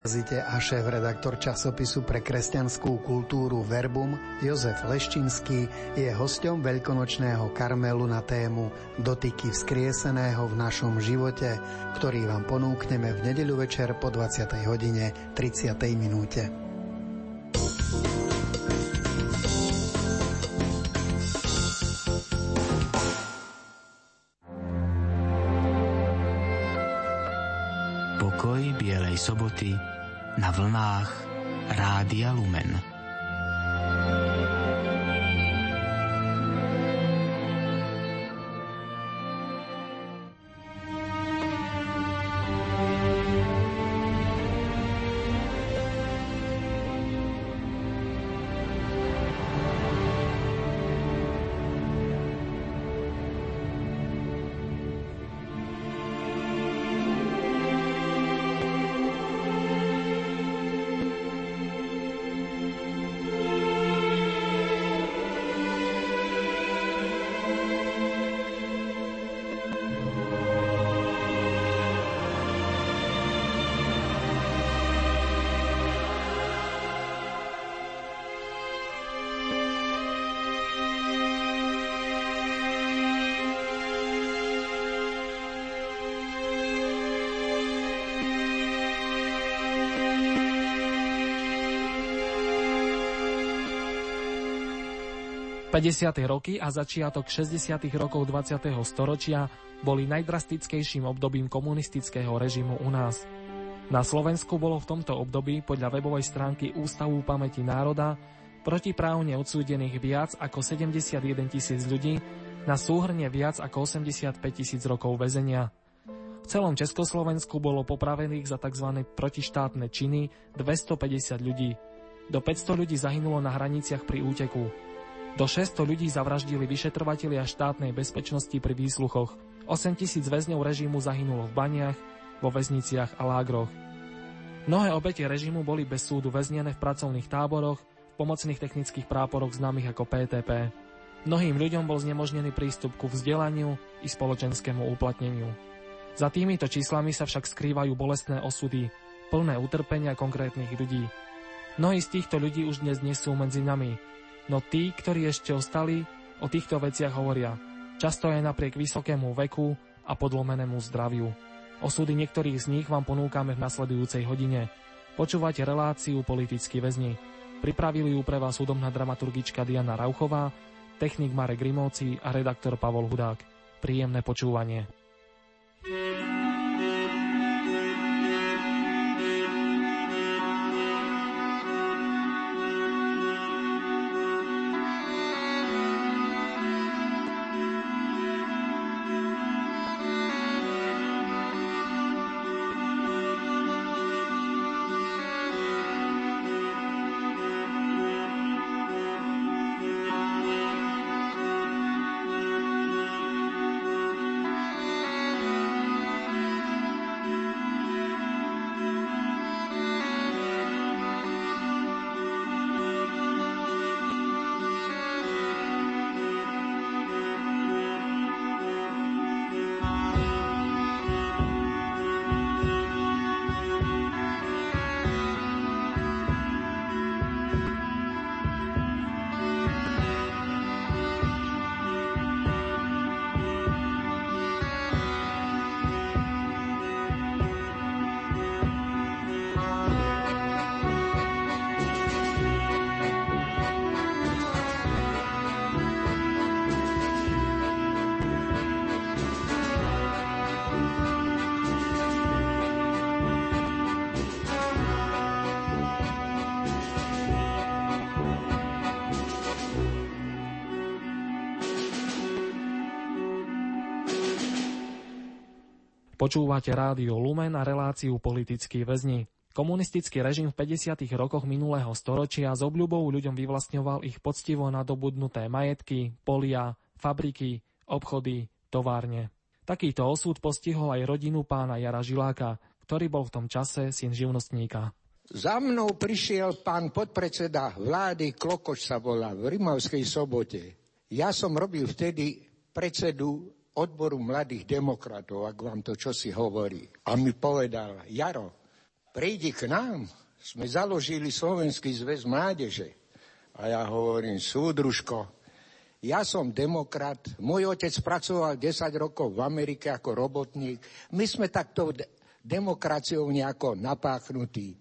A šéf-redaktor časopisu pre kresťanskú kultúru Verbum Jozef Leščinský je hosťom veľkonočného Karmelu na tému Dotyky vzkrieseného v našom živote, ktorý vám ponúkneme v nedeľu večer po 20:30. Pokoj Bielej soboty na vlnách Rádia Lumen. V 50. roky a začiatok 60. rokov 20. storočia boli najdrastickejším obdobím komunistického režimu u nás. Na Slovensku bolo v tomto období podľa webovej stránky Ústavu pamäti národa protiprávne odsúdených viac ako 71 000 ľudí na súhrne viac ako 85 000 rokov väzenia. V celom Československu bolo popravených za tzv. Protištátne činy 250 ľudí. Do 500 ľudí zahynulo na hraniciach pri úteku. Do 600 ľudí zavraždili vyšetrovatelia štátnej bezpečnosti pri výsluchoch. 8 000 väzňov režimu zahynulo v baniach, vo väzniciach a lágroch. Mnohé obete režimu boli bez súdu väznené v pracovných táboroch, v pomocných technických práporoch známych ako PTP. Mnohým ľuďom bol znemožnený prístup ku vzdelaniu i spoločenskému uplatneniu. Za týmito číslami sa však skrývajú bolestné osudy, plné utrpenia konkrétnych ľudí. Mnohí z týchto ľudí už dnes nie sú medzi nami, no tí, ktorí ešte ostali, o týchto veciach hovoria, často aj napriek vysokému veku a podlomenému zdraviu. Osudy niektorých z nich vám ponúkame v nasledujúcej hodine. Počúvate reláciu Politickí väzni. Pripravili ju pre vás hudobná dramaturgička Diana Rauchová, technik Marek Grimovci a redaktor Pavol Hudák. Príjemné počúvanie. Počúvate Rádio Lumen a reláciu Politickí väzni. Komunistický režim v 50. rokoch minulého storočia s obľubou ľuďom vyvlastňoval ich poctivo nadobudnuté majetky, polia, fabriky, obchody, továrne. Takýto osud postihol aj rodinu pána Jara Žiláka, ktorý bol v tom čase syn živnostníka. Za mnou prišiel pán podpredseda vlády, Klokoč sa volá, v Rimavskej Sobote. Ja som robil vtedy predsedu odboru mladých demokratov, ak vám to čosi hovorí. A mi povedal, Jaro, prídi k nám. Sme založili Slovenský zväz mládeže. A ja hovorím, súdružko, ja som demokrat, môj otec pracoval 10 rokov v Amerike ako robotník, my sme takto demokraciou nejako napáchnutí.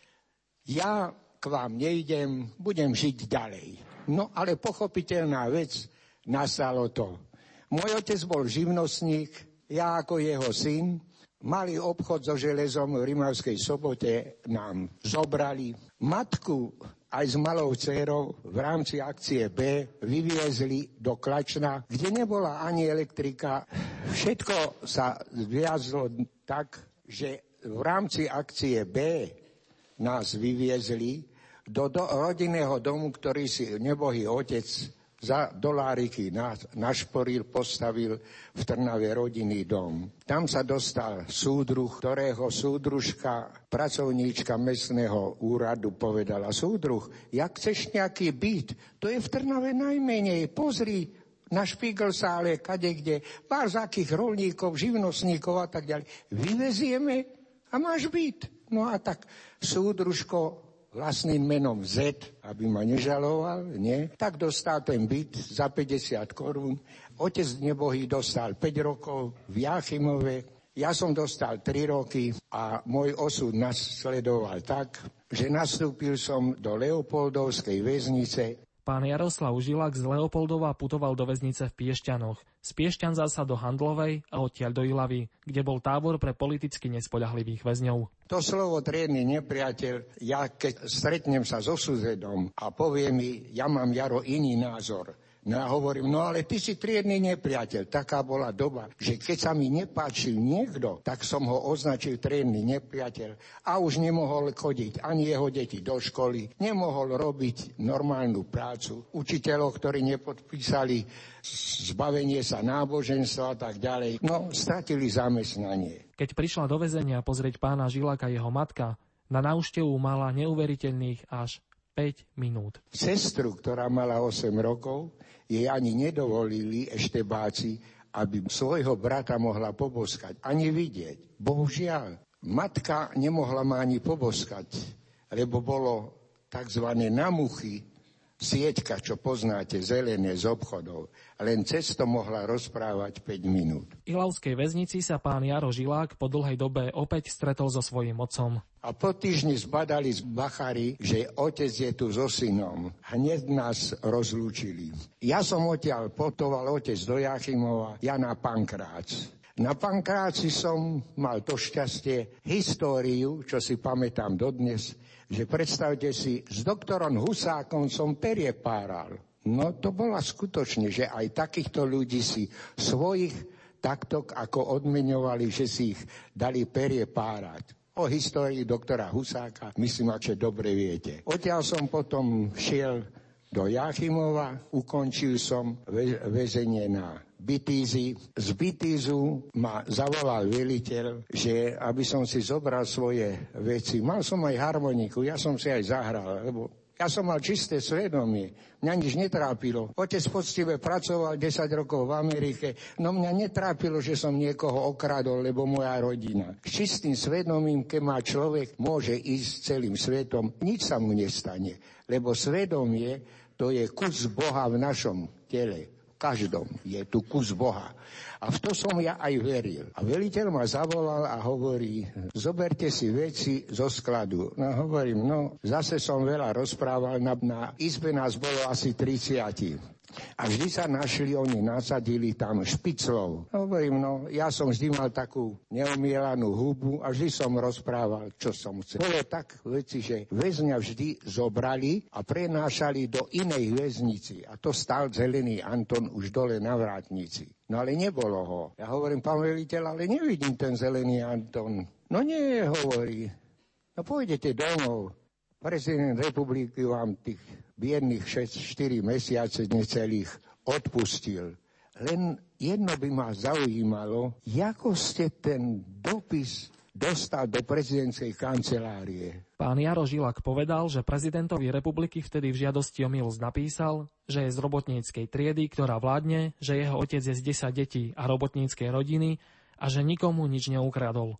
Ja k vám nejdem, budem žiť ďalej. No ale pochopiteľná vec, nastalo to. Môj otec bol živnostník, ja ako jeho syn, malý obchod so železom v Rimavskej Sobote nám zobrali. Matku aj s malou dcérou v rámci akcie B vyviezli do Klačna, kde nebola ani elektrika. Všetko sa zviazlo tak, že v rámci akcie B nás vyviezli do rodinného domu, ktorý si nebohý otec za doláriky našporil, postavil v Trnave rodinný dom. Tam sa dostal súdruh, ktorého súdružka, pracovníčka mestného úradu povedala, súdruh, jak chceš nejaký byt, to je v Trnave najmenej, pozri na Špígelsále, kadekde, pár zákých rolníkov, živnostníkov a tak ďalej. Vyvezieme a máš byt. No a tak súdružko vlastným menom Z, aby ma nežaloval, nie? Tak dostal ten byt za 50 korún. Otec nebohý dostal 5 rokov v Jáchymove. Ja som dostal 3 roky a môj osud nasledoval tak, že nastúpil som do Leopoldovskej väznice. Pán Jaroslav Žilák z Leopoldova putoval do väznice v Piešťanoch. Z Piešťan zasa do Handlovej a odtiaľ do Ilavy, kde bol tábor pre politicky nespoľahlivých väzňov. To slovo triedny nepriateľ, ja keď stretnem sa so susedom a povie mi, ja mám, Jaro, iný názor. No ja hovorím, no ale ty si triedny nepriateľ. Taká bola doba, že keď sa mi nepáčil niekto, tak som ho označil triedny nepriateľ a už nemohol chodiť ani jeho deti do školy, nemohol robiť normálnu prácu. Učiteľov, ktorí nepodpísali zbavenie sa náboženstva a tak ďalej, no stratili zamestnanie. Keď prišla do väzenia pozrieť pána Žiláka jeho matka, na návštevu mala neuveriteľných až 5 minút. Sestru, ktorá mala 8 rokov, jej ani nedovolili eštebáci, aby svojho brata mohla poboskať, ani vidieť. Bohužiaľ, matka nemohla ma ani poboskať, lebo bolo takzvané na muchy, sieťka, čo poznáte, zelené z obchodov. Len cez to mohla rozprávať 5 minút. V ilavskej väznici sa pán Jaro Žilák po dlhej dobe opäť stretol so svojím otcom. A po týždni zbadali z bachári, že otec je tu so synom. Hneď nás rozlúčili. Ja som odtiaľ putoval otec do Jáchymova, ja na Pankrác. Na Pankráci som mal to šťastie, históriu, čo si pamätám dodnes, že predstavte si, s doktorom Husákom som perie páral. No to bola skutočne, že aj takýchto ľudí si svojich takto ako odmeňovali, že si ich dali perie párať. O histórii doktora Husáka, myslím, že dobre viete. Odtiaľ som potom šiel do Jáchymova, ukončil som väzenie na Bytízi. Z Bytízu ma zavolal veliteľ, že aby som si zobral svoje veci. Mal som aj harmoniku, ja som si aj zahral, lebo ja som mal čisté svedomie. Mňa nič netrápilo. Otec poctivé pracoval 10 rokov v Amerike, no mňa netrápilo, že som niekoho okradol, lebo moja rodina. S čistým svedomím, keď má človek, môže ísť celým svetom, nič sa mu nestane. Lebo svedomie, to je kus Boha v našom tele. V každom je tu kus Boha. A v to som ja aj veril. A veliteľ ma zavolal a hovorí, zoberte si veci zo skladu. No hovorím, zase som veľa rozprával, na izbe nás bolo asi 30. A vždy sa našli, oni nasadili tam špiclov. Hovorím, ja som vždy mal takú neumielanú hubu a vždy som rozprával, čo som chcel. Bolo tak veci, že väzňa vždy zobrali a prenášali do inej väznici. A to stál zelený Anton už dole na Vrátnici. No ale nebolo ho. Ja hovorím, pán veliteľ, ale nevidím ten zelený Anton. No nie, hovorí. No pôjdete domov. Prezident republiky vám tých biedných 4 mesiace necelých odpustil. Len jedno by ma zaujímalo, ako ste ten dopis dostal do prezidentskej kancelárie. Pán Jaro Žilák povedal, že prezidentovi republiky vtedy v žiadosti o milosť napísal, že je z robotníckej triedy, ktorá vládne, že jeho otec je z 10 detí a robotníckej rodiny a že nikomu nič neukradol.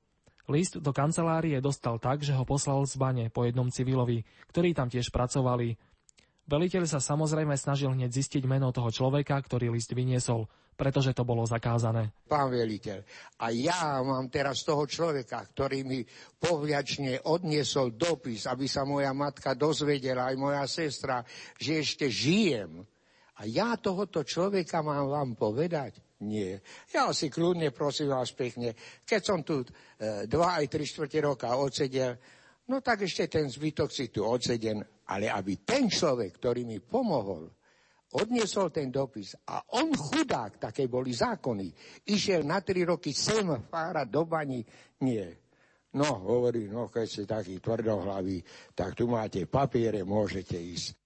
List do kancelárie dostal tak, že ho poslal z bane po jednom civilovi, ktorí tam tiež pracovali. Veliteľ sa samozrejme snažil hneď zistiť meno toho človeka, ktorý list vyniesol, pretože to bolo zakázané. Pán veliteľ, a ja mám teraz toho človeka, ktorý mi pohľačne odniesol dopis, aby sa moja matka dozvedela, aj moja sestra, že ešte žijem. A ja tohoto človeka mám vám povedať? Nie. Ja si kľudne, prosím vás pekne, keď som tu 2 aj 3/4 roka odsedel, no tak ešte ten zbytok si tu odsedem, ale aby ten človek, ktorý mi pomohol, odniesol ten dopis a on chudák, také boli zákony, išiel na 3 roky sem fárať do bani, nie. No, hovorí, no keď ste taký tvrdohlavý, tak tu máte papiere, môžete ísť.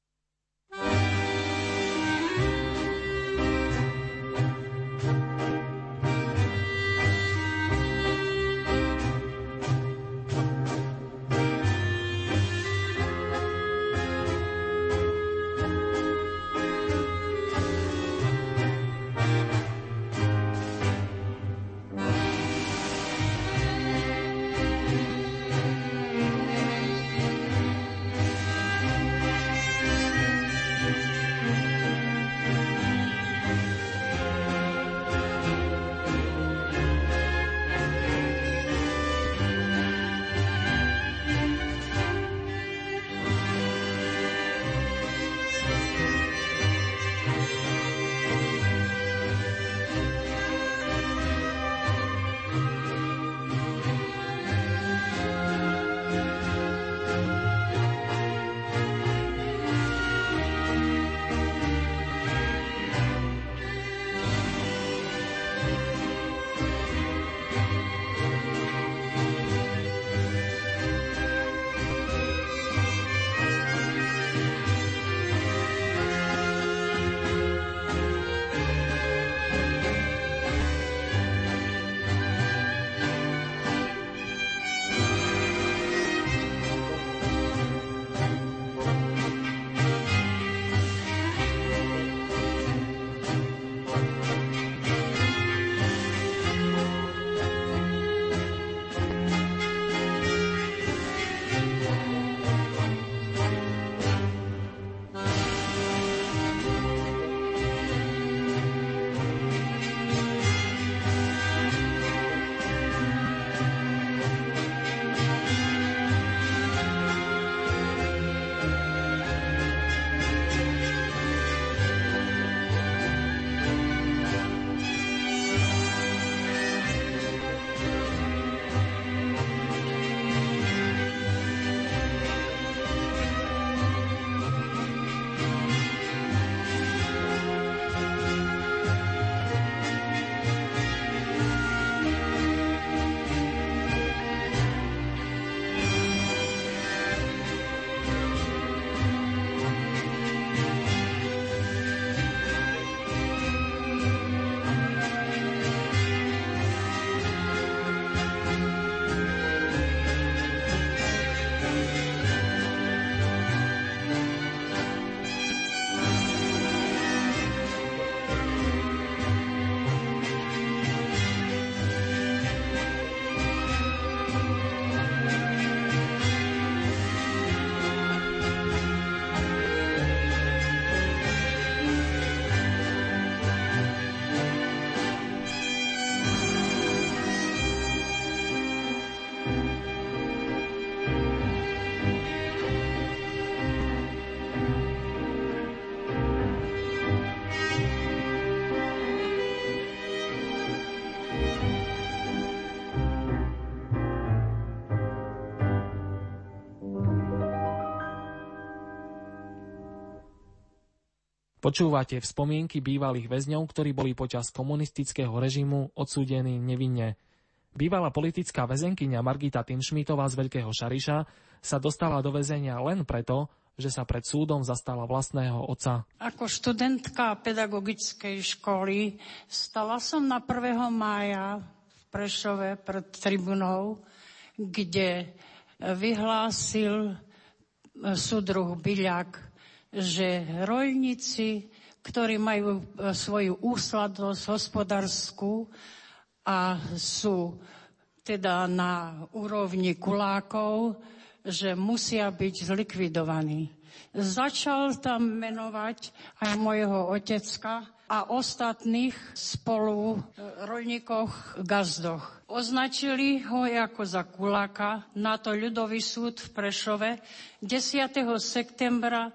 Počúvate spomienky bývalých väzňov, ktorí boli počas komunistického režimu odsúdení nevinne. Bývalá politická väzenkyňa Margita Tinšmítová z Veľkého Šariša sa dostala do väzenia len preto, že sa pred súdom zastala vlastného otca. Ako študentka pedagogickej školy stala som na 1. mája v Prešove pred tribunou, kde vyhlásil súdruh Byľak, že roľníci, ktorí majú svoju úsladnosť hospodárskú a sú teda na úrovni kulákov, že musia byť zlikvidovaní. Začal tam menovať aj môjho otecka a ostatných spolu roľníkoch gazdoch. Označili ho ako za kuláka. Na to ľudový súd v Prešove 10. septembra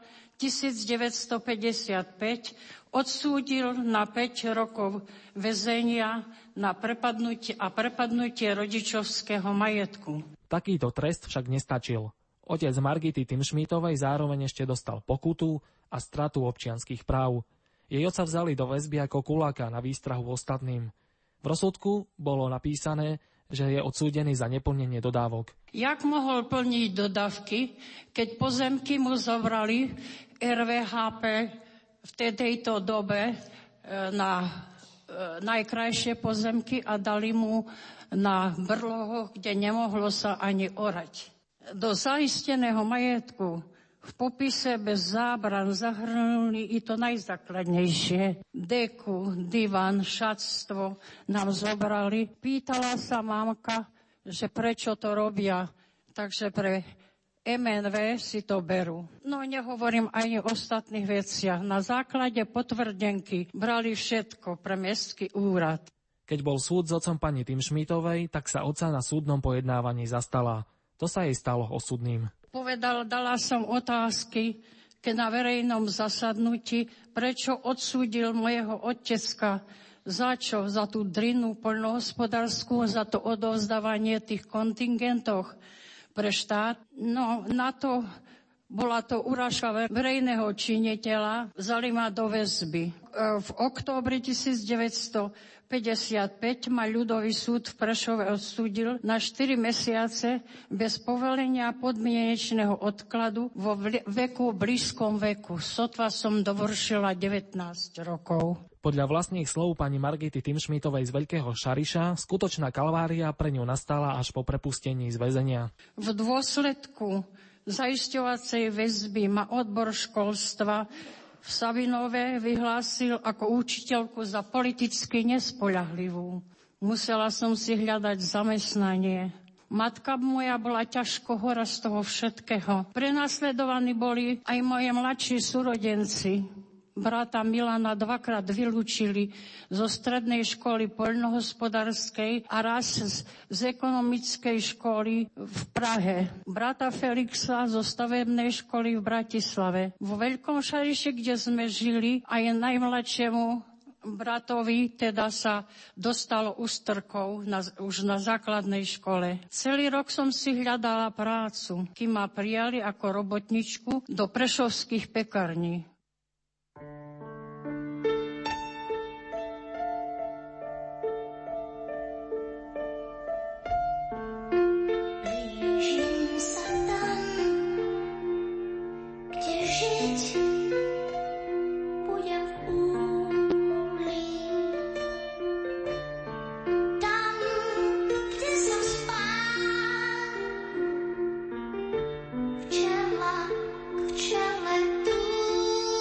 1955 odsúdil na 5 rokov väzenia na prepadnutie rodičovského majetku. Takýto trest však nestačil. Otec Margity Timšmítovej zároveň ešte dostal pokutu a stratu občianskych práv. Jej otca vzali do väzby ako kuláka na výstrahu ostatným. V rozsudku bolo napísané, že je odsúdený za neplnenie dodávok. Jak mohol plniť dodávky, keď pozemky mu zobrali RVHP v tejto dobe na najkrajšie pozemky a dali mu na brlohoch, kde nemohlo sa ani orať. Do zaisteného majetku v popise bez zábran zahrnuli i to najzákladnejšie. Deku, divan, šatstvo nám zobrali. Pýtala sa mamka, že prečo to robia, takže pre MNV si to berú. No nehovorím aj o ostatných veciach. Na základe potvrdenky brali všetko pre mestský úrad. Keď bol súd s otcom pani Timšmítovej, tak sa otca na súdnom pojednávaní zastala. To sa jej stalo osudným. Dala som otázky, keď na verejnom zasadnutí, prečo odsúdil mojeho otecka, za čo, za tú drinu poľnohospodárskú, za to odovzdávanie tých kontingentov pre štát. No na to bola to urážka verejného činiteľa, vzali ma do väzby. V októbri 1955 ma ľudový súd v Prešove odsúdil na 4 mesiace bez povolenia podmienečného odkladu vo veku, blízkom veku. Sotva som dovršila 19 rokov. Podľa vlastných slov pani Margity Timšmítovej z Veľkého Šariša skutočná kalvária pre ňu nastala až po prepustení z väzenia. V dôsledku zaisťovacej väzby ma odbor školstva v Sabinove vyhlásil ako učiteľku za politicky nespoľahlivú. Musela som si hľadať zamestnanie. Matka moja bola ťažko hora z toho všetkého. Prenasledovaní boli aj moje mladší súrodenci. Brata Milana dvakrát vylúčili zo strednej školy poľnohospodárskej a raz z ekonomickej školy v Prahe. Brata Felixa zo stavebnej školy v Bratislave. Vo Veľkom Šariši, kde sme žili, aj najmladšiemu bratovi teda sa dostalo ústrkov už na základnej škole. Celý rok som si hľadala prácu, kým ma prijali ako robotničku do prešovských pekární. Včela, tu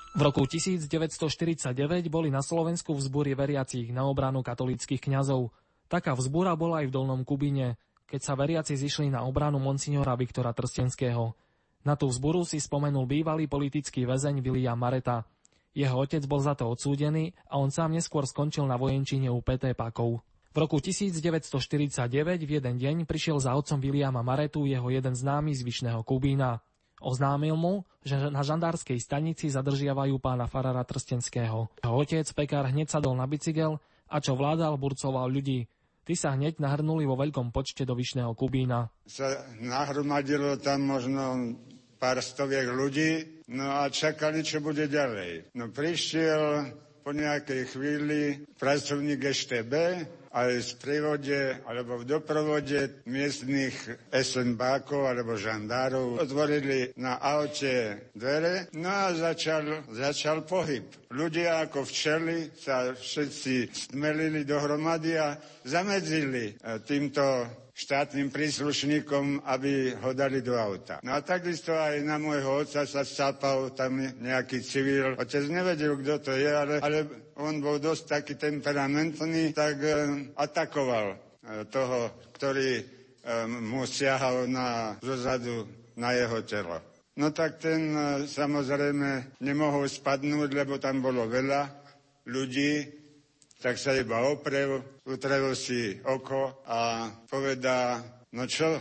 V roku 1949 boli na Slovensku vzbúry veriacich na obranu katolíckych kňazov. Taká vzbúra bola aj v Dolnom Kubine, keď sa veriaci zišli na obranu monsignora Viktora Trstenského. Na tú vzburu si spomenul bývalý politický väzeň William Mareta. Jeho otec bol za to odsúdený a on sám neskôr skončil na vojenčine u P.T. Pakov. V roku 1949 v jeden deň prišiel za otcom Williama Maretu jeho jeden známy z Vyšného Kubína. Oznámil mu, že na žandárskej stanici zadržiavajú pána farára Trstenského. Jeho otec, pekár, hneď sadol na bicykel a čo vládal, burcoval ľudí. Tí sa hneď nahrnuli vo veľkom počte do Vyšného Kubína. Sa nahromadilo tam možno pár stoviek ľudí, no a čakali, čo bude ďalej. No prišiel po nejakej chvíli pracovník StB, aj v sprevode alebo v doprovode miestnych SNBákov alebo žandárov otvorili na aute dvere, no a začal pohyb. Ľudia ako včely sa všetci stmelili dohromady a zamedzili týmto štátnym príslušníkom, aby ho dali do auta. No a takisto aj na môjho otca sa sápal tam nejaký civil. Otec nevedel, kto to je, ale on bol dosť taký temperamentný, tak atakoval toho, ktorý mu siahal zozadu na jeho telo. No tak ten samozrejme nemohol spadnúť, lebo tam bolo veľa ľudí, tak sa iba utrel si oko a povedal, no čo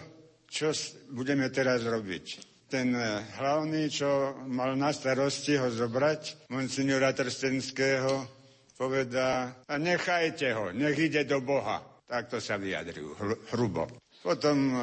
budeme teraz robiť? Ten hlavný, čo mal na starosti ho zobrať, monsignora Trstenského, povedal, a nechajte ho, nech ide do Boha. Takto sa vyjadril, hrubo. Potom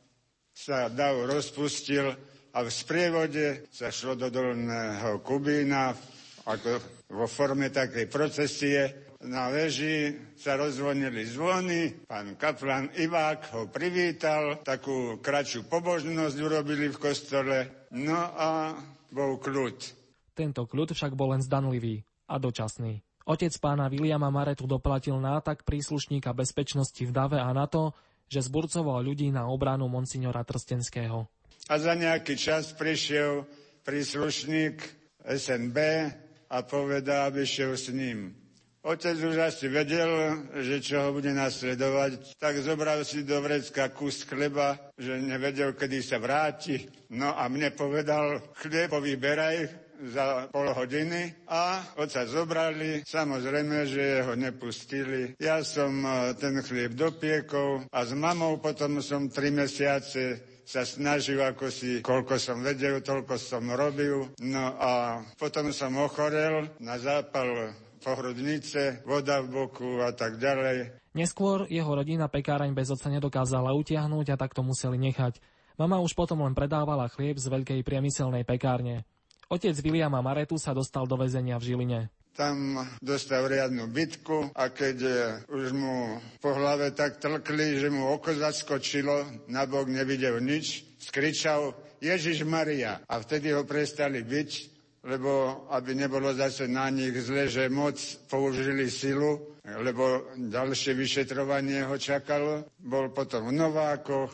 sa dav rozpustil a v sprievode sa šlo do Dolného Kubína, ako vo forme takej procesie. Na veži sa rozvonili zvony, pán kaplan Ivák ho privítal, takú kratšiu pobožnosť urobili v kostole, no a bol kľud. Tento kľud však bol len zdanlivý a dočasný. Otec pána Williama Maretu doplatil na atak príslušníka bezpečnosti v dave a na to, že zburcoval ľudí na obranu monsignora Trstenského. A za nejaký čas prišiel príslušník SNB a povedal, aby šiel s ním. Otec už asi vedel, že čo ho bude nasledovať, tak zobral si do vrecka kus chleba, že nevedel, kedy sa vráti. No a mne povedal, chlieb povyberaj za pol hodiny a otca zobrali. Samozrejme, že ho nepustili. Ja som ten chlieb dopiekol a s mamou potom som 3 mesiace sa snažil, koľko som vedel, toľko som robil. No a potom som ochorel na zápal pohrudnice, voda v boku a tak ďalej. Neskôr jeho rodina pekáreň bez otca nedokázala utiahnuť a tak to museli nechať. Mama už potom len predávala chlieb z veľkej priemyselnej pekárne. Otec Williama Maretu sa dostal do väzenia v Žiline. Tam dostal riadnu bitku a keď už mu po hlave tak tlkli, že mu oko zaskočilo, nabok nevidel nič, skričal Ježiš Maria a vtedy ho prestali byť, lebo aby nebolo zase na nich zle, že moc použili silu, lebo ďalšie vyšetrovanie ho čakalo. Bol potom v Novákoch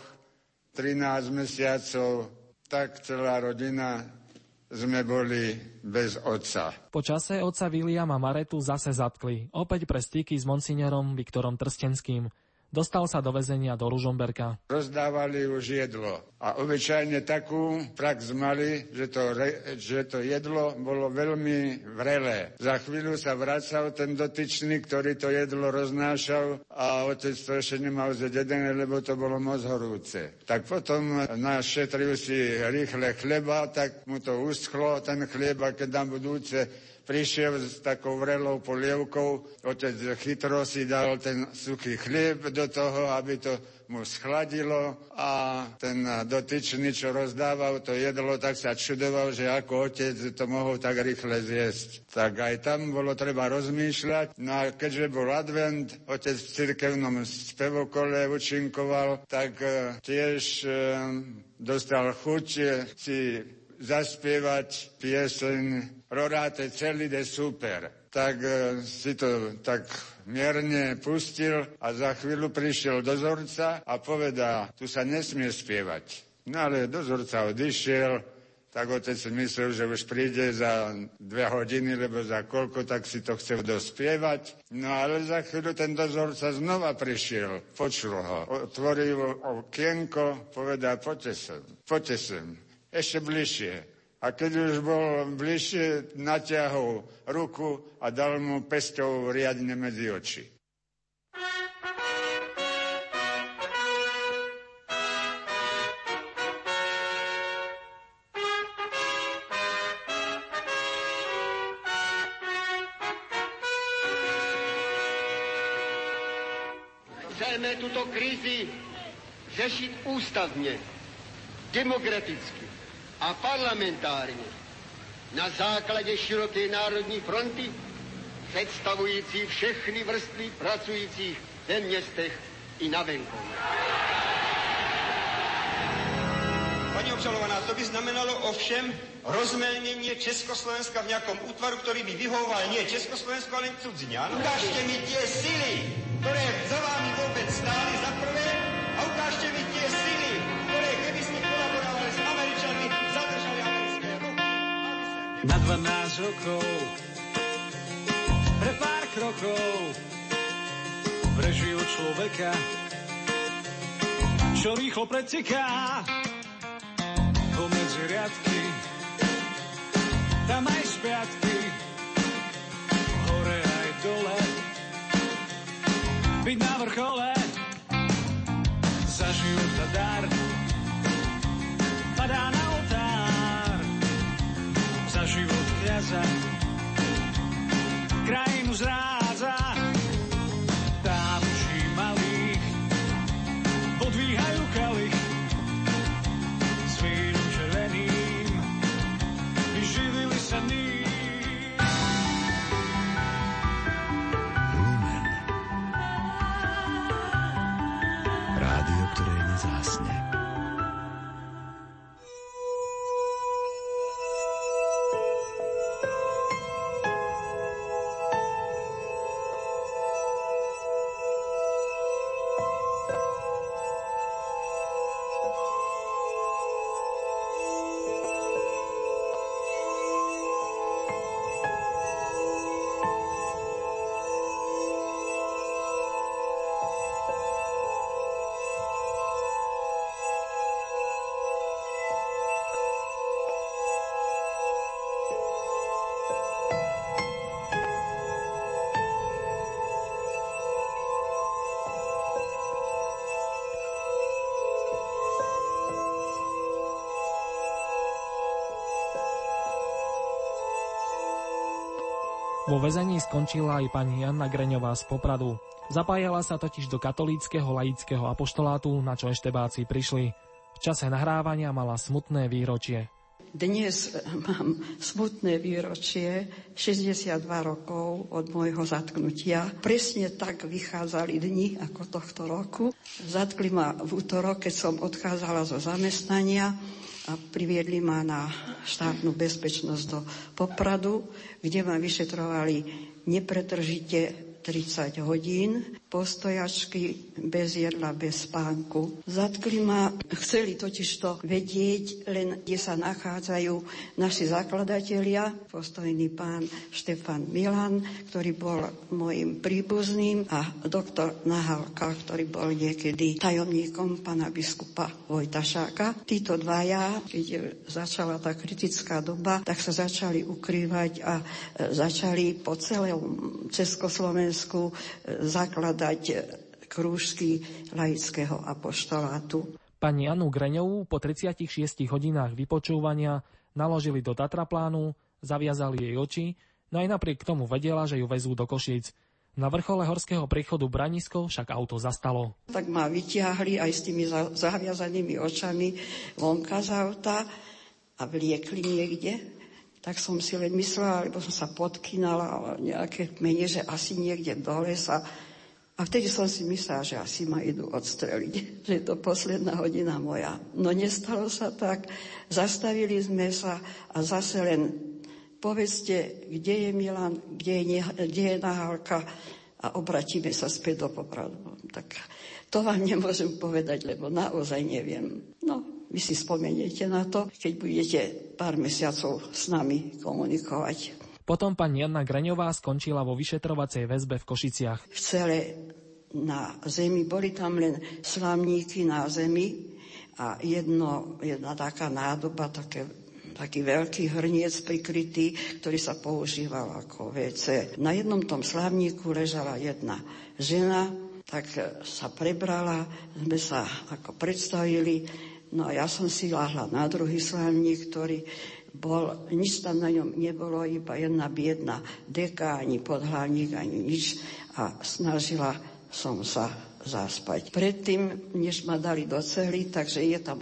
13 mesiacov, tak celá rodina sme boli bez otca. Po čase otca Williama Maretu zase zatkli, opäť pre styky s monsignorom Viktorom Trstenským. Dostal sa do väzenia do Ružomberka. Rozdávali už jedlo a obyčajne takú prax mali, že to jedlo bolo veľmi vrelé. Za chvíľu sa vracal ten dotyčný, ktorý to jedlo roznášal a otec to ešte nemal zjedené, lebo to bolo moc horúce. Tak potom našetril si rýchle chleba, tak mu to uschlo, ten chlieb, a keď tam budúce prišiel s takou vrelou polievkou, otec chytro si dal ten suchý chlieb do toho, aby to mu schladilo a ten dotyčný, čo rozdával to jedlo, tak sa čudoval, že ako otec to mohol tak rýchle zjesť. Tak aj tam bolo treba rozmýšľať. No a keďže bol advent, otec v cirkevnom spevokole účinkoval, tak tiež dostal chuť si zaspievať pieseň Rorate celide super. Tak si to tak mierne pustil a za chvíľu prišiel dozorca a povedal, tu sa nesmie spievať. No ale dozorca odišiel, tak otec si myslel, že už príde za 2 hodiny, lebo za koľko, tak si to chcel dospievať. No ale za chvíľu ten dozorca znova prišiel, počul ho, otvoril okienko, povedal, poďte sem, ešte bližšie. A keď už bol bližšie, natiahol ruku a dal mu pesťou riadne medzi oči. Chceme tuto krízi řešiť ústavne, demokraticky a parlamentárne na základe širokej národní fronty, predstavujúci všechny vrstvy pracujúcich ve městech i na venkově. Pani obžalovaná, to by znamenalo ovšem rozmelnenie Československa v nejakom útvaru, ktorý by vyhovoval nie Československu, ale cudzine. Ukážte mi tie sily, ktoré za vámi vôbec stáli za prvé, a ukážte mi tie sily, ktoré keby ste kolaborovali s Američanmi, zadržali americké roky. Na 12 rokov, pre pár krokov, prežijú človeka, čo rýchlo preteká pomedzi riadky, tam aj spiatky, hore aj dole, byť na vrchole, za života dar, padá na oltár, za život kňaza, krajinu zrádza, tam učí malých, podvíhajú kalich, s vínom červeným, živili sa ním. Lumen. Rádio, ktoré nezásne. Vo väzení skončila aj pani Jana Greňová z Popradu. Zapájala sa totiž do katolíckeho laického apoštolátu, na čo eštebáci prišli. V čase nahrávania mala smutné výročie. Dnes mám smutné výročie, 62 rokov od môjho zatknutia. Presne tak vychádzali dni ako tohto roku. Zatkli ma v útorok, keď som odchádzala zo zamestnania a priviedli ma na štátnu bezpečnosť do Popradu, kde ma vyšetrovali nepretržite 30 hodín, postojačky, bez jedla, bez spánku. Zatkli ma, chceli totižto vedieť, len kde sa nachádzajú naši zakladatelia, postojný pán Štefan Milan, ktorý bol mojim príbuzným, a doktor Nahalka, ktorý bol niekedy tajomníkom pána biskupa Vojtašáka. Títo dvaja, keď začala tá kritická doba, tak sa začali ukrývať a začali po celom Československu zakladať krúžky laického apoštolátu. Pani Janu Greňovú po 36 hodinách vypočúvania naložili do Tatraplánu, zaviazali jej oči, no aj napriek tomu vedela, že ju vezú do Košíc. Na vrchole horského priechodu Branisko však auto zastalo. Tak ma vytiahli aj s tými zaviazanými očami vonka z auta a vliekli niekde. Tak som si len myslela, lebo som sa podkynala nejaké kmene, že asi niekde do lesa. A vtedy som si myslela, že asi ma idú odstreliť, že je to posledná hodina moja. No nestalo sa tak, zastavili sme sa a zase len povedzte, kde je Milan, kde je Nahalka, a obratíme sa späť do Popradu. Tak to vám nemôžem povedať, lebo naozaj neviem. No, vy si spomeniete na to, keď budete pár mesiacov s nami komunikovať. Potom pani Jana Greňová skončila vo vyšetrovacej väzbe v Košiciach. V cele na zemi, boli tam len slamníky na zemi a jedna taká nádoba, taký veľký hrniec prikrytý, ktorý sa používal ako WC. Na jednom tom slamníku ležala jedna žena, tak sa prebrala, sme sa ako predstavili, no a ja som si ľahla na druhý slamník, ktorý bol, nič tam na ňom nebolo, iba jedna biedna deka, ani podhlavník, ani nič a snažila som sa zaspať. Predtým, než ma dali do cely, takže je tam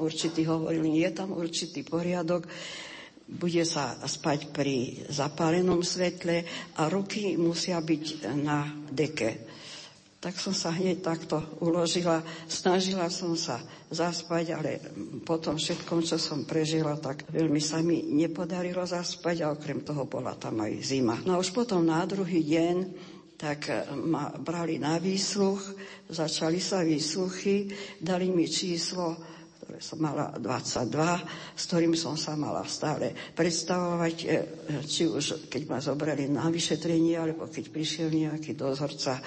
určitý poriadok, bude sa spať pri zapálenom svetle a ruky musia byť na deke. Tak som sa hneď takto uložila, snažila som sa zaspať, ale po tom všetkom, čo som prežila, tak veľmi sa mi nepodarilo zaspať a okrem toho bola tam aj zima. No a už potom na druhý deň tak ma brali na výsluch, začali sa výsluchy, dali mi číslo, ktoré som mala 22, s ktorým som sa mala stále predstavovať, či už keď ma zobrali na vyšetrenie, alebo keď prišiel nejaký dozorca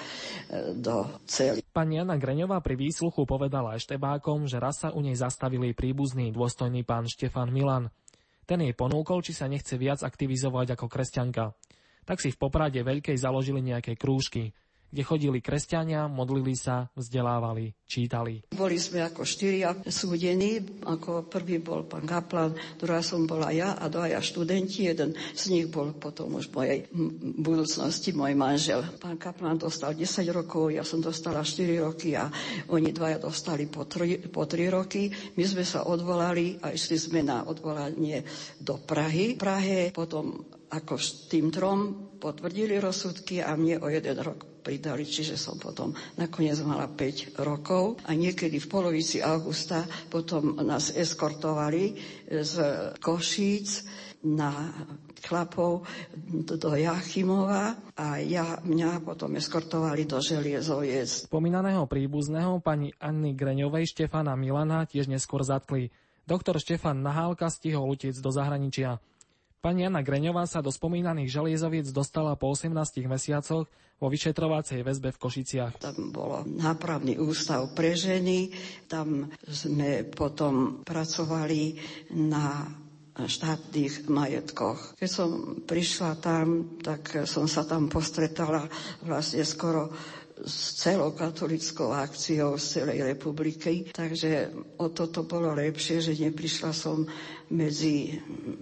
do cely. Pani Jana Greňová pri výsluchu povedala eštebákom, že raz sa u nej zastavili príbuzný dôstojný pán Štefan Milan. Ten jej ponúkol, či sa nechce viac aktivizovať ako kresťanka. Tak si v Poprade Veľkej založili nejaké krúžky, kde chodili kresťania, modlili sa, vzdelávali, čítali. Boli sme ako 4 súdení, ako prvý bol pán kaplan, druhá som bola ja a dvaja študenti, jeden z nich bol potom už v mojej budúcnosti môj manžel. Pán kaplan dostal 10 rokov, ja som dostala 4 roky a oni dvaja dostali po 3 roky. My sme sa odvolali a išli sme na odvolanie do Prahy. V Prahe potom ako tým 3 potvrdili rozsudky a mne o 1 rok pridali, čiže som potom nakoniec mala 5 rokov a niekedy v polovici augusta potom nás eskortovali z Košíc na chlapov do Jachimova a mňa potom eskortovali do Želiezoviec. Spomínaného príbuzného pani Anny Greňovej Štefana Milana tiež neskôr zatkli. Doktor Štefan Nahálka stihol utiecť do zahraničia. Pani Jana Greňová sa do spomínaných Želiezoviec dostala po 18 mesiacoch vo vyšetrovacej väzbe v Košiciach. Tam bolo nápravný ústav pre ženy, tam sme potom pracovali na štátnych majetkoch. Keď som prišla tam, tak som sa tam postretala vlastne skoro s celou katolickou akciou z celej republiky. Takže o toto bolo lepšie, že neprišla som medzi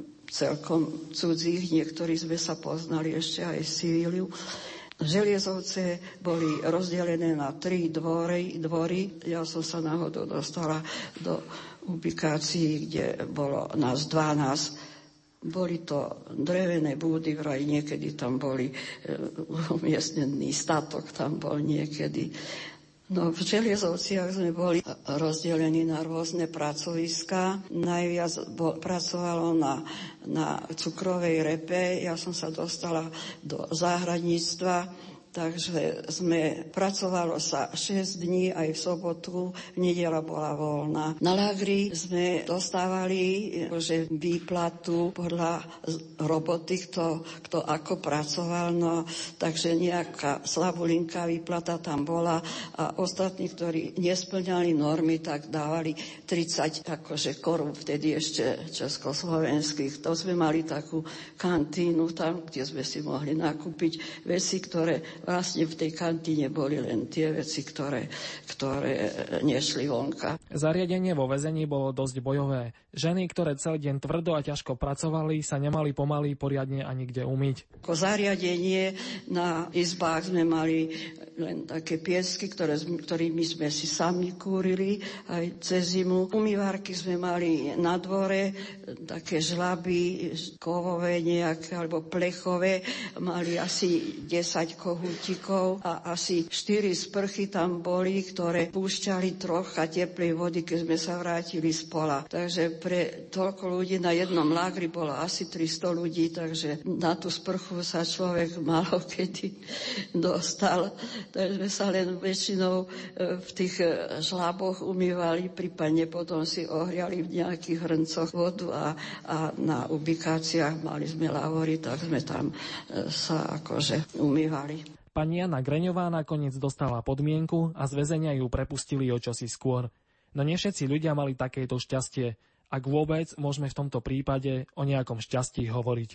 celkom cudzích, niektorí sme sa poznali ešte aj z civilu. Želiezovce boli rozdelené na 3 dvory. Ja som sa náhodou dostala do ubikácií, kde bolo nás 12. Boli to drevené búdy, vraj niekedy tam boli umiestnený statok, tam bol niekedy. No, v Želiezovciach sme boli rozdelení na rôzne pracoviská. Najviac pracovalo na cukrovej repe. Ja som sa dostala do záhradníctva, takže pracovalo sa 6 dní aj v sobotu, v nedeľa bola voľná. Na Lagri sme dostávali výplatu podľa roboty, kto ako pracoval, no, takže nejaká slabulinká výplata tam bola a ostatní, ktorí nesplňali normy, tak dávali 30 korún, vtedy ešte československých. To sme mali takú kantínu tam, kde sme si mohli nakúpiť veci, ktoré vlastne v tej kantíne boli len tie veci, ktoré nešli vonka. Zariadenie vo väzení bolo dosť bojové. Ženy, ktoré celý deň tvrdo a ťažko pracovali, sa nemali pomaly poriadne ani kde umyť. Ako zariadenie na izbách sme mali len také piesky, ktorými sme si sami kúrili aj cez zimu. Umývárky sme mali na dvore, také žlaby kovové nejaké alebo plechové. Mali asi 10 kohútikov a asi 4 sprchy tam boli, ktoré púšťali trocha teplej vody, keď sme sa vrátili z pola. Takže pre toľko ľudí na jednom lágri bolo asi 300 ľudí, takže na tú sprchu sa človek málo kedy dostal. Takže sme sa len väčšinou v tých žláboch umývali, prípadne potom si ohriali v nejakých hrncoch vodu a na ubikáciách mali sme lavory, tak sme tam sa akože umývali. Pani Jana Greňová nakoniec dostala podmienku a z väzenia ju prepustili o čosi skôr. No nie všetci ľudia mali takéto šťastie. Ak vôbec môžeme v tomto prípade o nejakom šťastí hovoriť.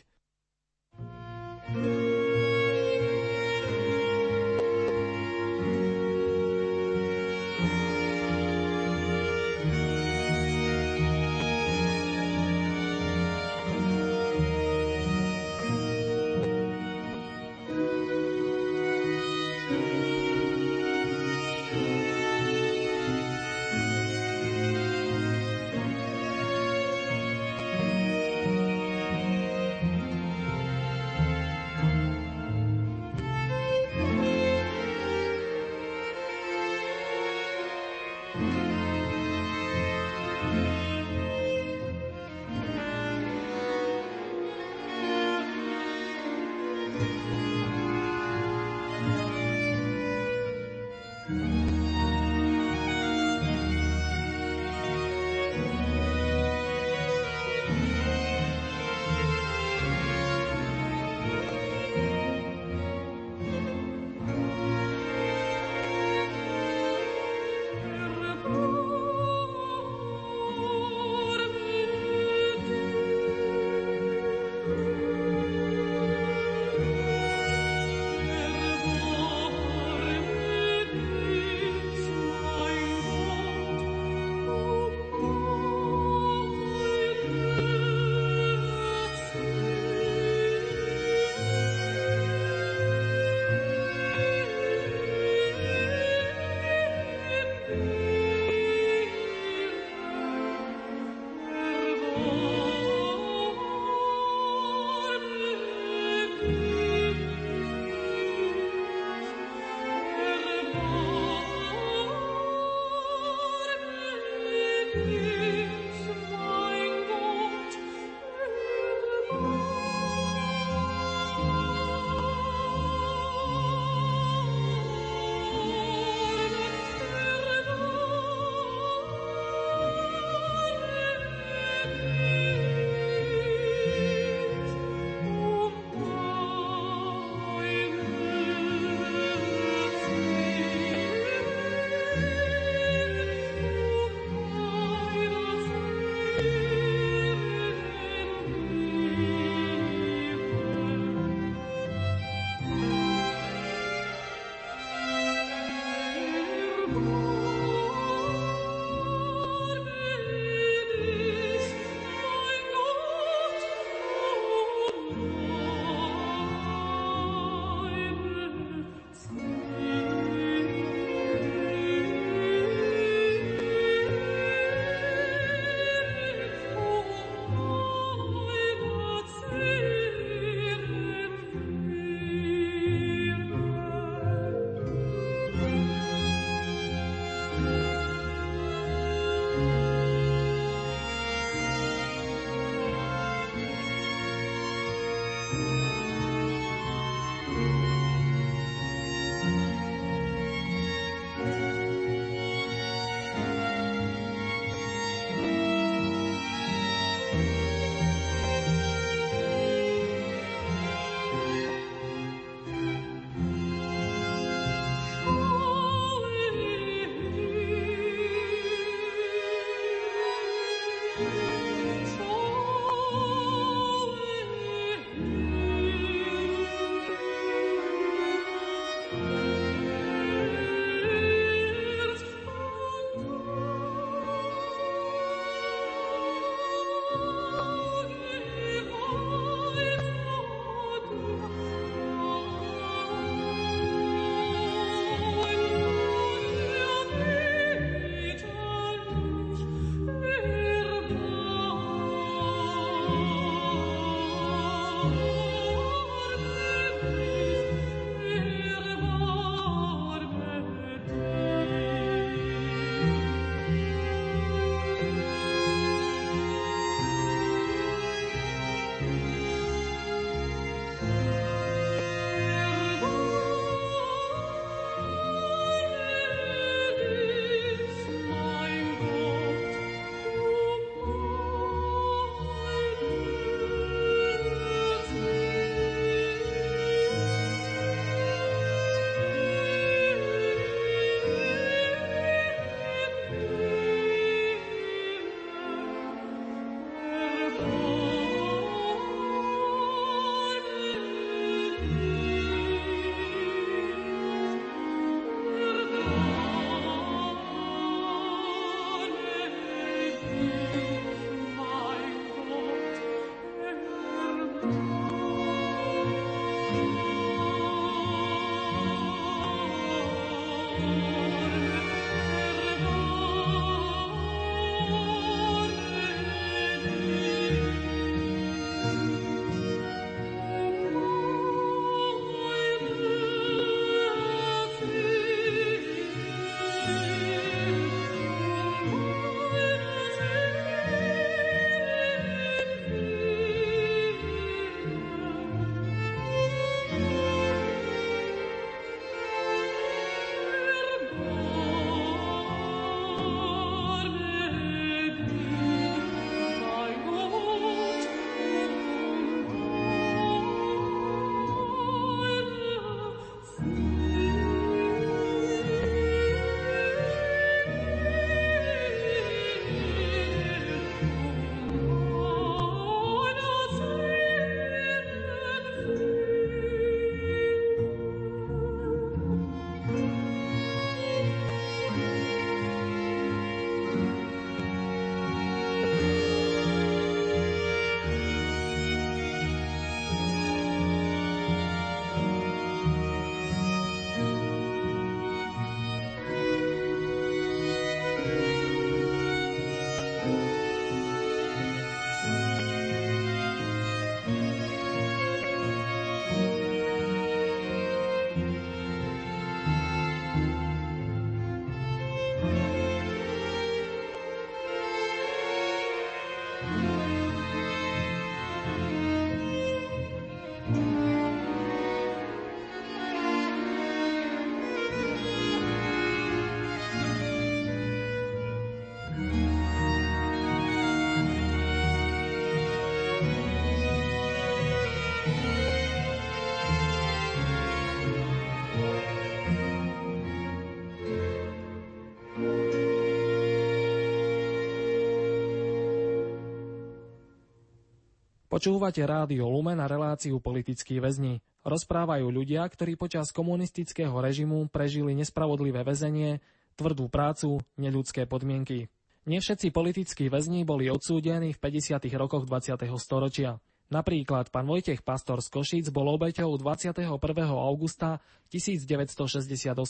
Počúvate rádio Lumen a reláciu Politickí väzni. Rozprávajú ľudia, ktorí počas komunistického režimu prežili nespravodlivé väzenie, tvrdú prácu, neľudské podmienky. Nie všetci politickí väzni boli odsúdení v 50. rokoch 20. storočia. Napríklad pán Vojtech Pastor z Košíc bol obeťou 21. augusta 1968.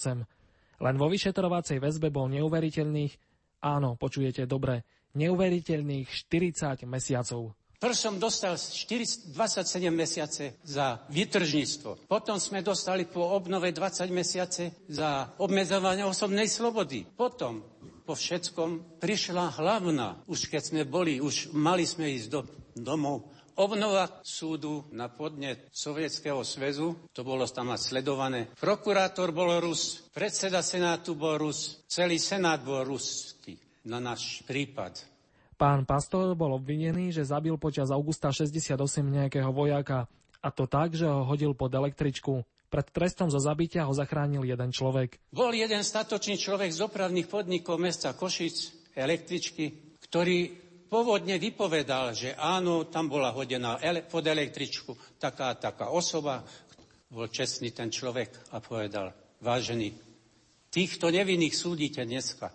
Len vo vyšetrovacej väzbe bol neuveriteľných, áno, počujete dobre, neuveriteľných 40 mesiacov. Prv som dostal 27 mesiace za výtržníctvo. Potom sme dostali po obnove 20 mesiace za obmedzovanie osobnej slobody. Potom po všetkom prišla hlavná. Už keď sme boli, už mali sme ísť domov. Obnova súdu na podnet Sovietskeho zväzu, to bolo tam sledované. Prokurátor bol Rus, predseda senátu bol Rus, celý senát bol ruský na náš prípad. Pán Pastor bol obvinený, že zabil počas augusta 68 nejakého vojáka, a to tak, že ho hodil pod električku. Pred trestom za zabitia ho zachránil jeden človek. Bol jeden statočný človek z dopravných podnikov mesta Košic, električky, ktorý pôvodne vypovedal, že áno, tam bola hodená pod električku taká osoba. Bol čestný ten človek a povedal, vážený, týchto nevinných súdite dneska,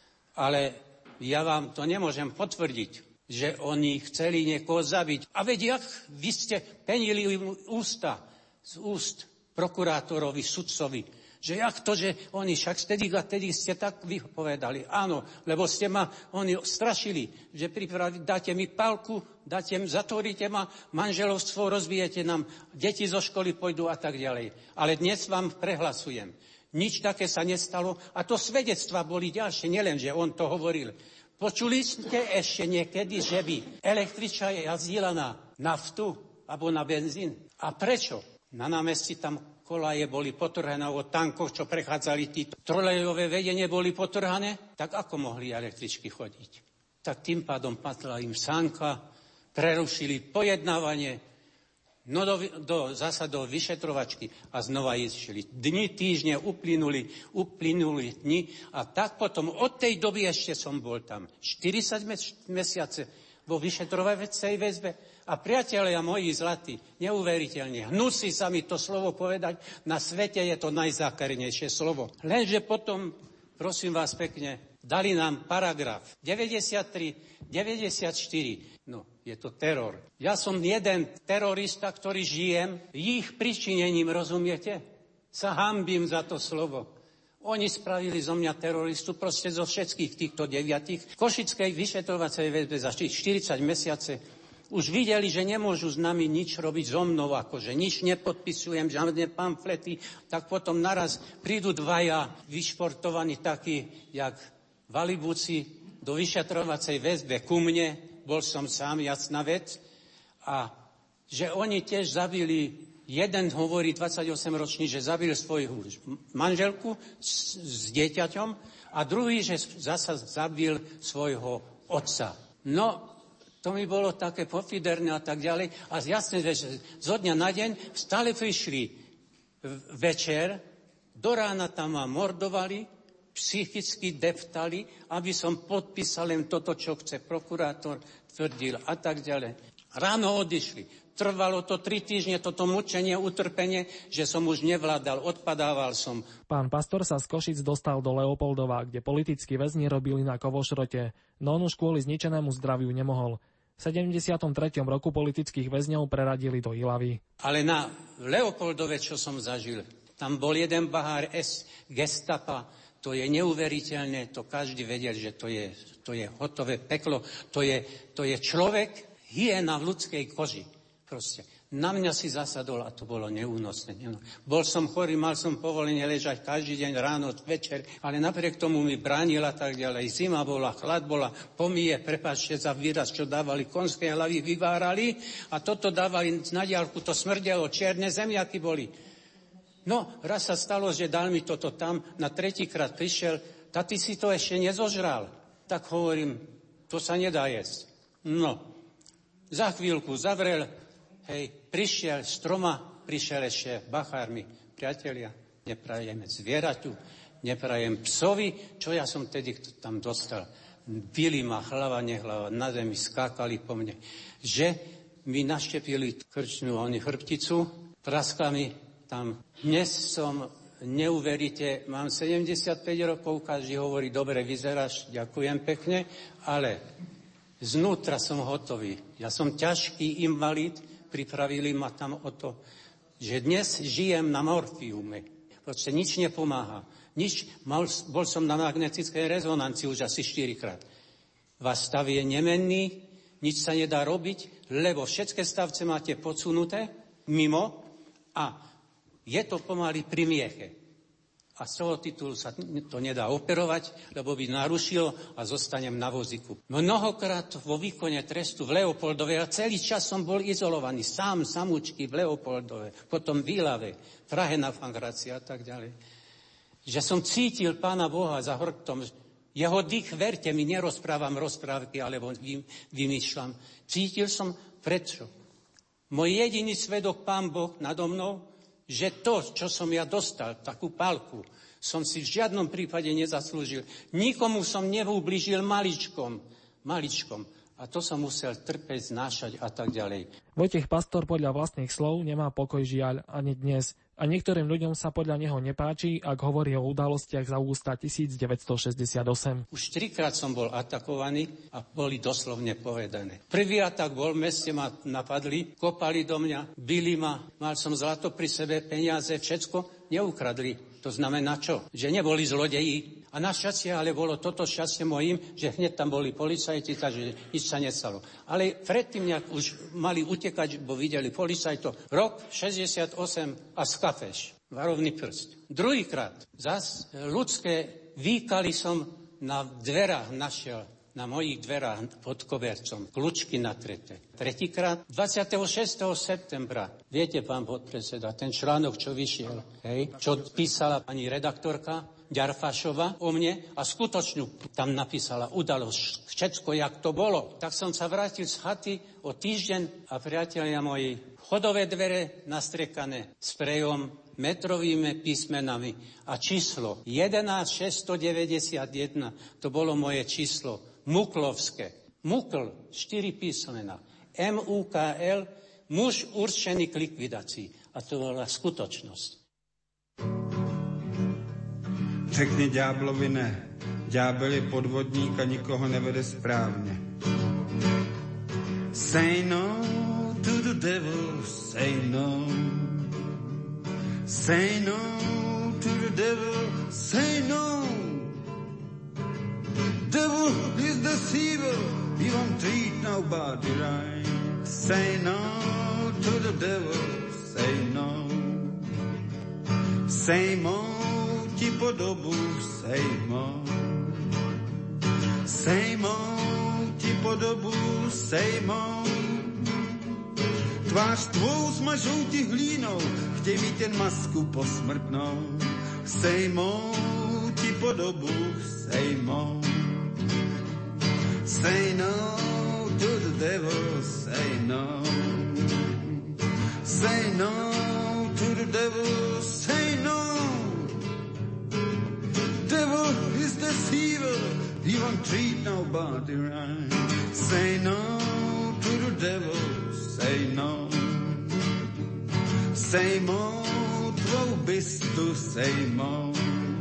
ale ja vám to nemôžem potvrdiť, že oni chceli niekoho zabiť. A veď jak vy ste penili ústa z úst prokurátorovi, sudcovi, že jak to, že oni však vtedy ste tak vypovedali. Áno, lebo ste ma, oni strašili, že dáte mi palku, zatvoríte ma, manželovstvo rozbijete nám, deti zo školy pôjdu a tak ďalej. Ale dnes vám prehlasujem. Nič také sa nestalo a to svedectva boli ďalšie, nielen, že on to hovoril. Počuli ste ešte niekedy, že by električka jazdila na naftu alebo na benzín? A prečo? Na námestí tam kolaje boli potrhané od tankov, čo prechádzali, trolejové vedenie boli potrhané, tak ako mohli električky chodiť? Tak tým pádom padla im sánka, prerušili pojednávanie, no do zásadov vyšetrovačky a znova išli. Dni, týždne uplynuli dni a tak potom od tej doby ešte som bol tam 40 mesiace vo vyšetrovacej väzbe a priatelia moji zlatí, neuveriteľne, hnusí sa mi to slovo povedať, na svete je to najzákernejšie slovo. Lenže potom, prosím vás pekne, dali nám paragraf 93, 94. No, je to teror. Ja som jeden terorista, ktorý žijem ich pričinením, rozumiete? Sa hanbím za to slovo. Oni spravili zo mňa teroristu proste zo všetkých týchto 9. V Košickej vyšetrovacej väzbe za 40 mesiace už videli, že nemôžu s nami nič robiť so mnou, akože nič nepodpisujem, žiadne pamflety, tak potom naraz prídu dvaja vyšportovaní takí, jak Valibúci, do vyšetrovacej väzbe ku mne, bol som sám, jasná vec, a že oni tiež zabili, jeden hovorí 28-ročný, že zabil svoju manželku s dieťaťom a druhý, že zasa zabil svojho otca. No, to mi bolo také pofiderné a tak ďalej. A jasne, že zo dňa na deň stále prišli večer, do rána tam ma mordovali, psychicky deptali, aby som podpísal len toto, čo chce prokurátor, tvrdil a tak ďalej. Ráno odišli. Trvalo to 3 týždne, toto mučenie, utrpenie, že som už nevládal, odpadával som. Pán Pastor sa z Košic dostal do Leopoldova, kde politickí väzni robili na kovošrote, no on už kvôli zničenému zdraviu nemohol. V 73. roku politických väzňov preradili do Ilavy. Ale na Leopoldove, čo som zažil, tam bol jeden bahár gestapa, to je neuveriteľné, to každý vedel, že to je hotové peklo, to je človek, hyena v ľudskej koži. Proste. Na mňa si zasadol a to bolo neúnosné. Bol som chorý, mal som povolenie ležať každý deň, ráno, večer, ale napriek tomu mi bránila tak ďalej. Zima bola, chlad bola, pomije, prepáčte za výraz, čo dávali, konské hlavy vyvárali a toto dávali na diaľku, to smrdelo, čierne zemiaky boli. No, raz sa stalo, že dal mi toto tam, na 3-krát prišiel, ty si to ešte nezožral. Tak hovorím, to sa nedá jesť. No, za chvíľku zavrel, prišiel s 3, prišiel ešte bachármi. Priatelia, neprajem zvieraťu, neprajem psovi, čo ja som tedy tam dostal. Bili ma hlava, nehlava, na zemi skákali po mne. Že mi naštepili krčnú chrbticu, praskla mi tam. Dnes som, neuveríte, mám 75 rokov, každý hovorí, dobre vyzeráš, ďakujem pekne, ale znútra som hotový. Ja som ťažký invalid, pripravili ma tam o to, že dnes žijem na morfiume. Proste nič nepomáha. Bol som na magnetickej rezonancii už asi 4-krát. Váš stav je nemenný, nič sa nedá robiť, lebo všetké stavce máte podsunuté mimo a je to pomaly pri mieche. A z toho titulu sa to nedá operovať, lebo by narušilo a zostanem na vozíku. Mnohokrát vo výkone trestu v Leopoldove a celý čas som bol izolovaný, samúčky v Leopoldove, potom v Ilave, Prahe na Pankráci a tak ďalej. Že som cítil Pána Boha za hrbtom, jeho dých, verte mi, nerozprávam rozprávky, alebo vymýšľam. Cítil som, prečo? Môj jediný svedok Pán Boh nado mnou, že to, čo som ja dostal, takú palku, som si v žiadnom prípade nezaslúžil. Nikomu som neublížil maličkom. A to som musel trpeť, znášať a tak ďalej. Vojtech Pastor podľa vlastných slov nemá pokoj, žiaľ ani dnes. A niektorým ľuďom sa podľa neho nepáči, ak hovorí o udalostiach z augusta 1968. Už 3-krát som bol atakovaný a boli doslovne povedané. Prvý atak bol, v meste ma napadli, kopali do mňa, bili ma, mal som zlato pri sebe, peniaze, všetko, neukradli. To znamená čo? Že neboli zlodeji. A našťastie, ale bolo toto šťastie mojím, že hneď tam boli policajti, takže nič sa nestalo. Ale predtým nejak už mali utekať, bo videli policajto. Rok 68 a skafeš. Varovný prst. Druhýkrát. Zas ľudské výkaly som na dverách našiel. Na mojich dverách pod kobercom. Kľúčky natreté. Tretíkrát. 26. septembra. Viete, pán podpredseda, ten článok, čo vyšiel, čo písala pani redaktorka Ďarfašova o mne a skutočnú tam napísala udalosť, všetko, jak to bolo. Tak som sa vrátil z chaty o týždeň a priatelia moji, chodové dvere nastrekané sprejom, metrovými písmenami a číslo 11691, to bolo moje číslo, Muklovské. Mukl, 4 písmena. MUKL, muž určený k likvidácii. A to bola skutočnosť. Řekni ďáblovi ne. Ďábel je podvodník a nikoho nevede správně. Say no to the devil, say no. Say no to the devil, say no. Devil is deceiver, he won't treat nobody right. Say no to the devil, say no. Sejmo ti podobu, sejmo. Sejmo ti podobu, sejmo. Tvář tvou smažou ti hlínou, chtěj mít jen masku posmrtnou. Sejmo ti podobu, sejmo. Say no to the devil, say no. Say no to the devil, say no. Devil is deceiver, he won't treat nobody right. Say no to the devil, say no. Sejmo tvou bystu, sejmo.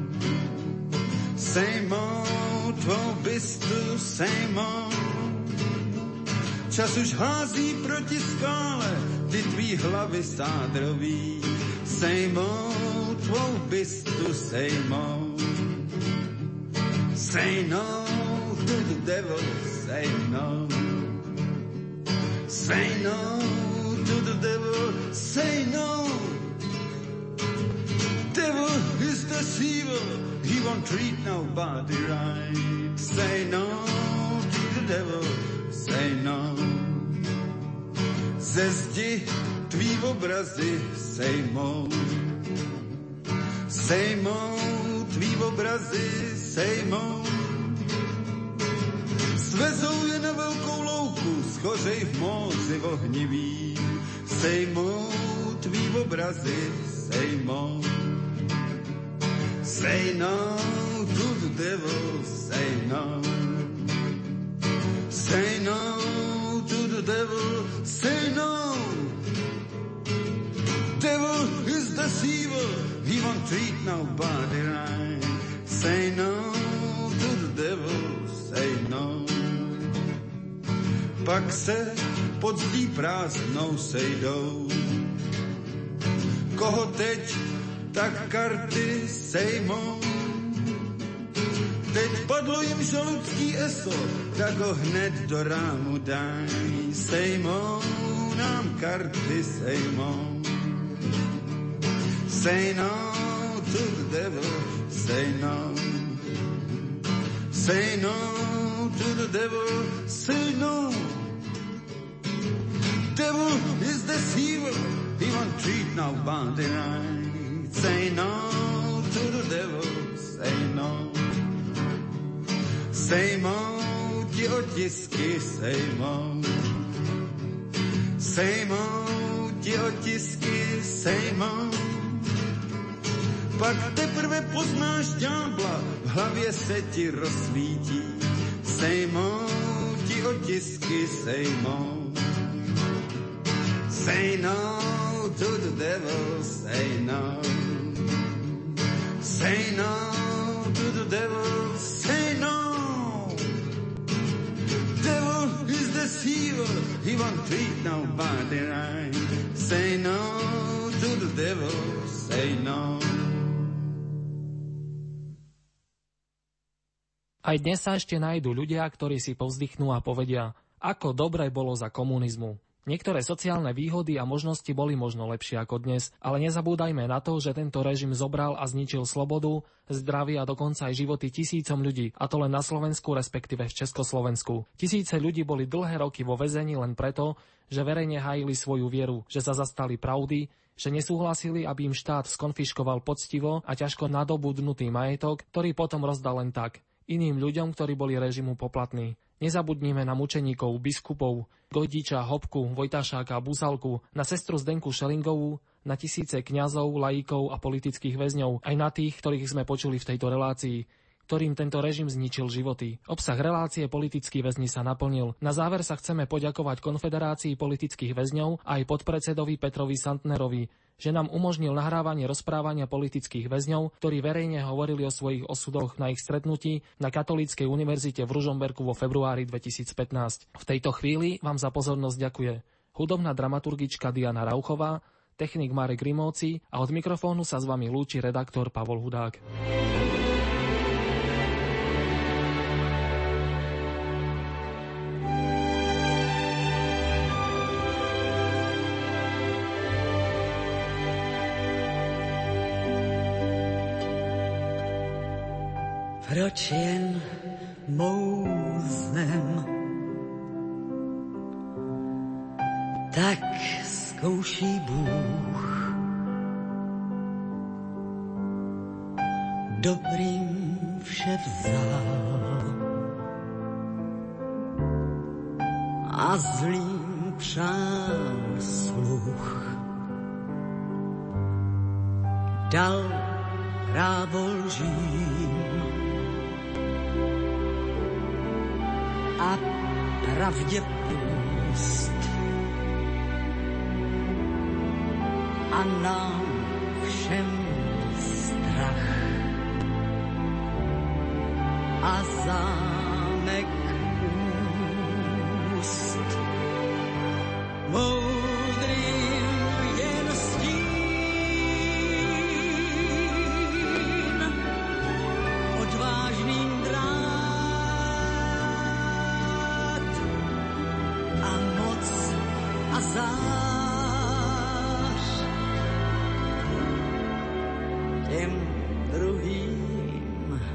Sejmo tvou bystu, sejmo. Čas už hází proti skále, ty tvý hlavy sádrový. Sejmo tvou bystu, sejmo. Say no to the devil, say no. Say no to the devil, say no. Devil is deceiver, he won't treat nobody right. Say no to the devil, say no. Ze zdi tvý obrazy sejmou. Sejmou tvý obrazy sejmou. Svezou je na velkou louku, schořej v moři ohnivý. Sejmou tvý obrazy sejmou. Say no to the devil, say no. Say no to the devil, say no. treat nobody right. Say no to the devil, say no. Pak se pod zdí prázdnou sejdou. Koho teď, tak karty sejmou. Teď padlo jim žaludský eso, tak ho hned do rámu daj. Sejmou nám karty, sejmou. Say no to the devil, say no. Say no to the devil, say no. Devil is deceiver, he won't treat nobody right. Say no to the devil, say no. Sejmou ti otisky, sejmou. Sejmou ti otisky, sejmou. Pak teprve poznáš ďábla, v hlavě se ti rozsvítí. Sejmou ti otisky, sejmou. Say no to the devil, say no. Say no to the devil, say no. Devil is deceiver, he won't treat nobody right. Say no to the devil, say no. Aj dnes sa ešte nájdú ľudia, ktorí si povzdychnú a povedia, ako dobre bolo za komunizmu. Niektoré sociálne výhody a možnosti boli možno lepšie ako dnes, ale nezabúdajme na to, že tento režim zobral a zničil slobodu, zdravie a dokonca aj životy tisícom ľudí, a to len na Slovensku, respektíve v Československu. Tisíce ľudí boli dlhé roky vo väzení len preto, že verejne hájili svoju vieru, že sa zastali pravdy, že nesúhlasili, aby im štát skonfiškoval poctivo a ťažko nadobudnutý majetok, ktorý potom rozdal len tak iným ľuďom, ktorí boli režimu poplatní. Nezabudnime na mučeníkov, biskupov, Gojdiča, Hopku, Vojtašáka a Busalku, na sestru Zdenku Šelingovú, na tisíce kňazov, laikov a politických väzňov, aj na tých, ktorých sme počuli v tejto relácii, ktorým tento režim zničil životy. Obsah relácie Politickí väzni sa naplnil. Na záver sa chceme poďakovať Konfederácii politických väzňov a aj podpredsedovi Petrovi Santnerovi, že nám umožnil nahrávanie rozprávania politických väzňov, ktorí verejne hovorili o svojich osudoch na ich stretnutí na Katolíckej univerzite v Ružomberku vo februári 2015. V tejto chvíli vám za pozornosť ďakuje hudobná dramaturgička Diana Rauchová, technik Marek Rimóci a od mikrofónu sa s vami lúči redaktor Pavol Hudák. Proč jen mouznem, tak zkouší Bůh. Dobrým vše vzal a zlým přál sluch. Dal právo lžím a pravdě pust a nám všem strach a zámek úst. Moudrým jen stín, odvážným drát a moc a zář těm druhým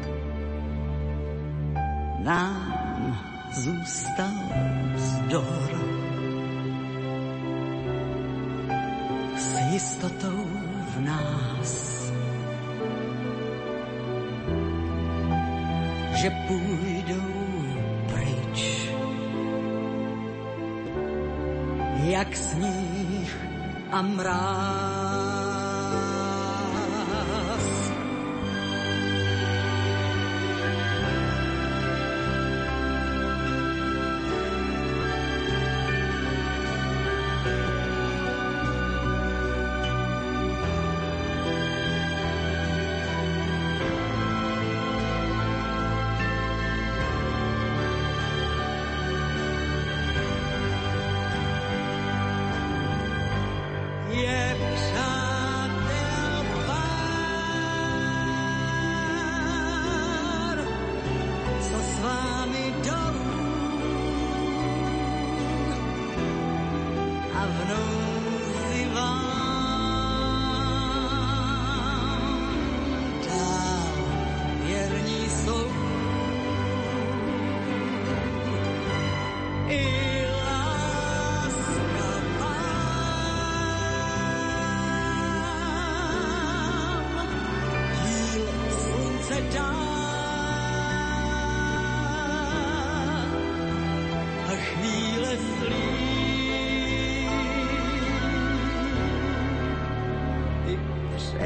nám zůstal vzdor. S jistotou v nás, že půjdou pryč, jak sníh a mráz. a vnúť